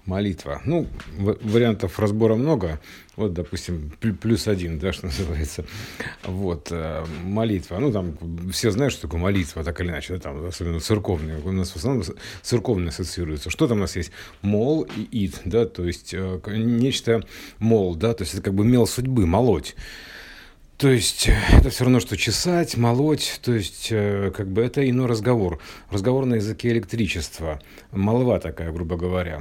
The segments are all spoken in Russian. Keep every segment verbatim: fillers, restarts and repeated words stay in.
Молитва. Ну, в- вариантов разбора много. Вот, допустим, плю- плюс один, да, что называется. Вот, э, молитва. Ну, там все знают, что такое молитва, так или иначе, да, там, особенно церковные. У нас в основном с- церковные ассоциируются. Что там у нас есть? Мол и ид, да, то есть э, к- нечто мол, да, то есть это как бы мел судьбы, молоть. То есть э, это все равно, что чесать, молоть, то есть э, как бы это иной разговор. Разговор на языке электричества. Молва такая, грубо говоря.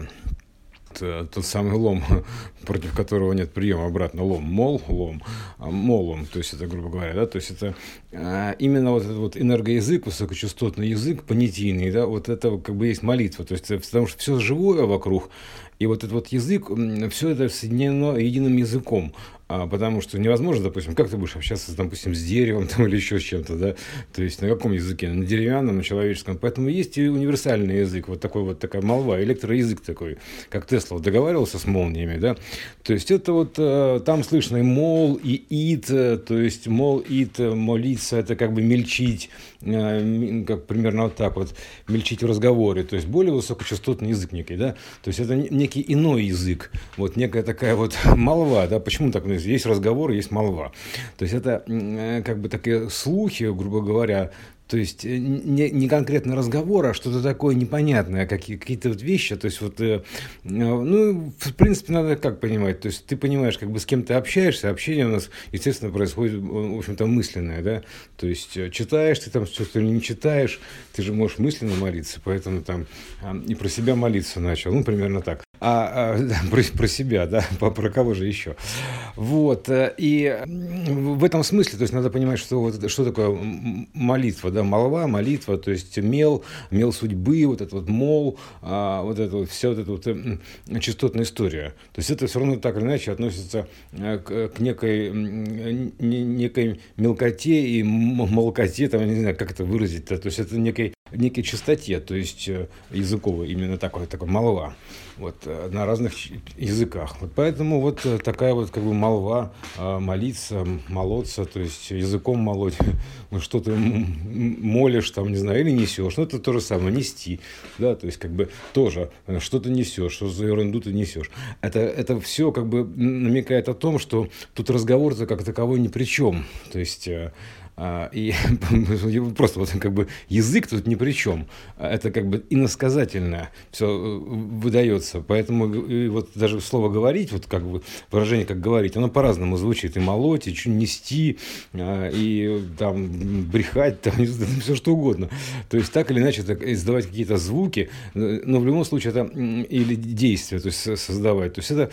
Т- Тот самый лом, против которого нет приема обратно, лом, мол, лом, а, молом, то есть это, грубо говоря, да, то есть это а, именно вот этот вот энергоязык, высокочастотный язык, понятийный, да, вот это как бы есть молитва, то есть, э, потому что все живое вокруг, и вот этот вот язык, все это соединено единым языком, а, потому что невозможно, допустим, как ты будешь общаться, допустим, с деревом там, или еще с чем-то, да, то есть на каком языке, на деревянном, на человеческом, поэтому есть и универсальный язык, вот такой вот такая молва, электроязык такой, как Тесла вот договаривался с молниями, да, то есть это вот э, там слышно и мол, и ит, э, то есть мол, ит, э, молиться, это как бы мельчить, э, м, как примерно вот так вот, мельчить в разговоре, то есть более высокочастотный язык некий, да, то есть это не- некий иной язык, вот некая такая вот молва, да, почему так, ну, есть разговор, есть молва, то есть это м, э, как бы такие слухи, грубо говоря, то есть э, не, не конкретно разговор, а что-то такое непонятное, какие, какие-то вот вещи. То есть вот, э, э, ну, в принципе, надо как понимать. То есть ты понимаешь, как бы с кем ты общаешься. Общение у нас, естественно, происходит, э, в общем-то, мысленное, да. То есть э, читаешь ты там что-то или не читаешь, ты же можешь мысленно молиться, поэтому там э, и про себя молиться начал. Ну, примерно так. А, а, да, про, про себя, да, по- про кого же еще. Вот, э, и м, в этом смысле, то есть надо понимать, что, вот, это- что такое м, молитва, да, молва, молитва, то есть мел, мел судьбы, вот этот вот мол, а, вот это вот, вся вот эта вот э, м, частотная история. То есть это все равно так или иначе относится э, к, к некой, м, не- некой мелкоте и м- молокоте, там, я не знаю, как это выразить-то, то есть это некой, некой чистоте, то есть э, языковой, именно такой, такой молва, вот, э, на разных ч- языках. Вот поэтому вот э, такая вот как бы молва, э, молиться, м, молоться, то есть языком молоть, ну, что ты м- м- молишь там, не знаю, или несешь, ну это то же самое, нести, да, то есть как бы тоже э, что ты несешь, что за ерунду ты несешь. Это, это все как бы намекает о том, что тут разговор-то как таковой ни при чем, то есть э, а, и просто вот как бы язык тут ни при чем. Это как бы иносказательное все выдается. Поэтому и вот даже слово говорить, вот как бы выражение как говорить, оно по-разному звучит. И молоть, и что нести, а, и там брехать, там, все что угодно. То есть так или иначе так, издавать какие-то звуки, но в любом случае это м, или действия, то есть со- создавать. То есть это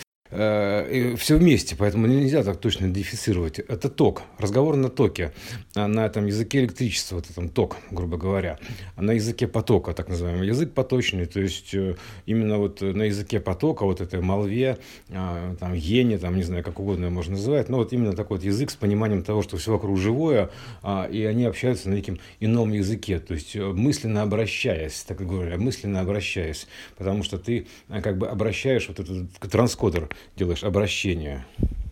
все вместе, поэтому нельзя так точно идентифицировать. Это ток, разговор на токе, а на этом языке электричества, вот этом ток, грубо говоря, а на языке потока, так называемый, язык поточный, то есть э, именно вот на языке потока, вот этой молве, а, там, гене, там, не знаю, как угодно ее можно называть, но вот именно такой вот язык с пониманием того, что все вокруг живое, а, и они общаются на неким ином языке, то есть э, мысленно обращаясь, так говоря, мысленно обращаясь, потому что ты а, как бы обращаешь вот этот транскодер, делаешь обращение.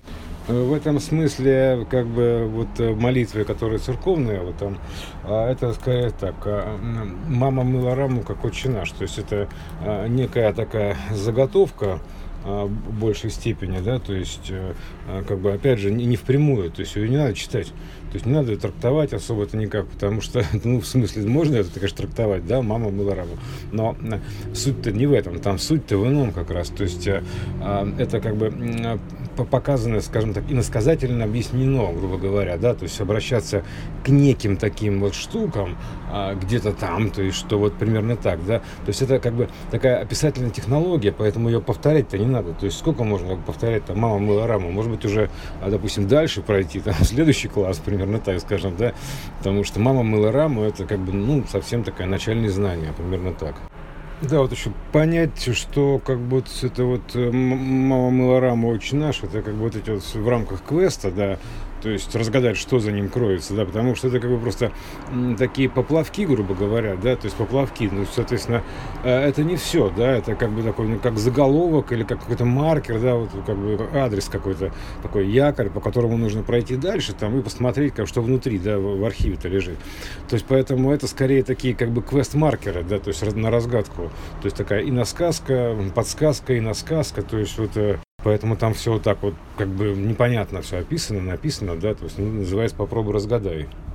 В этом смысле, как бы, вот э, молитвы, которые церковные, вот там, а, это скорее так, а, м, мама мыла раму, как отче наш, то есть это а, некая такая заготовка, а, в большей степени, да, то есть, э, а, как бы, опять же, не, не впрямую, то есть ее не надо читать, то есть не надо ее трактовать особо это никак, потому что, ну, в смысле, можно это, конечно, трактовать, да, мама мыла раму, но э, суть-то не в этом, там суть-то в ином как раз, то есть э, а, это как бы м, по- показано, скажем так, иносказательно объяснено, грубо говоря, да, то есть обращаться к неким таким вот штукам а, где-то там, то есть что вот примерно так, да, то есть это как бы такая описательная технология, поэтому ее повторять-то не надо, то есть сколько можно повторять там мама мыла раму, может быть уже, а, допустим, дальше пройти, там, следующий класс, примерно так, скажем, да, потому что мама мыла раму, это как бы, ну, совсем такое начальное знание, примерно так. Да, вот еще понять, что как бы вот это вот э, м- мама мыла раму очень наш, это как бы вот эти вот в рамках квеста, да, то есть разгадать, что за ним кроется, да, потому что это как бы просто м, такие поплавки, грубо говоря, да, то есть поплавки, ну, соответственно, э, это не все, да, это как бы такой, ну, как заголовок или как какой-то маркер, да, вот как бы адрес какой-то, такой якорь, по которому нужно пройти дальше, там, и посмотреть, как, что внутри, да, в, в архиве-то лежит. То есть поэтому это скорее такие как бы квест-маркеры, да, то есть раз- на разгадку, то есть такая и насказка, подсказка, и насказка, то есть вот э, поэтому там все вот так вот как бы непонятно все описано, написано, да, то есть ну, называется «Попробуй разгадай».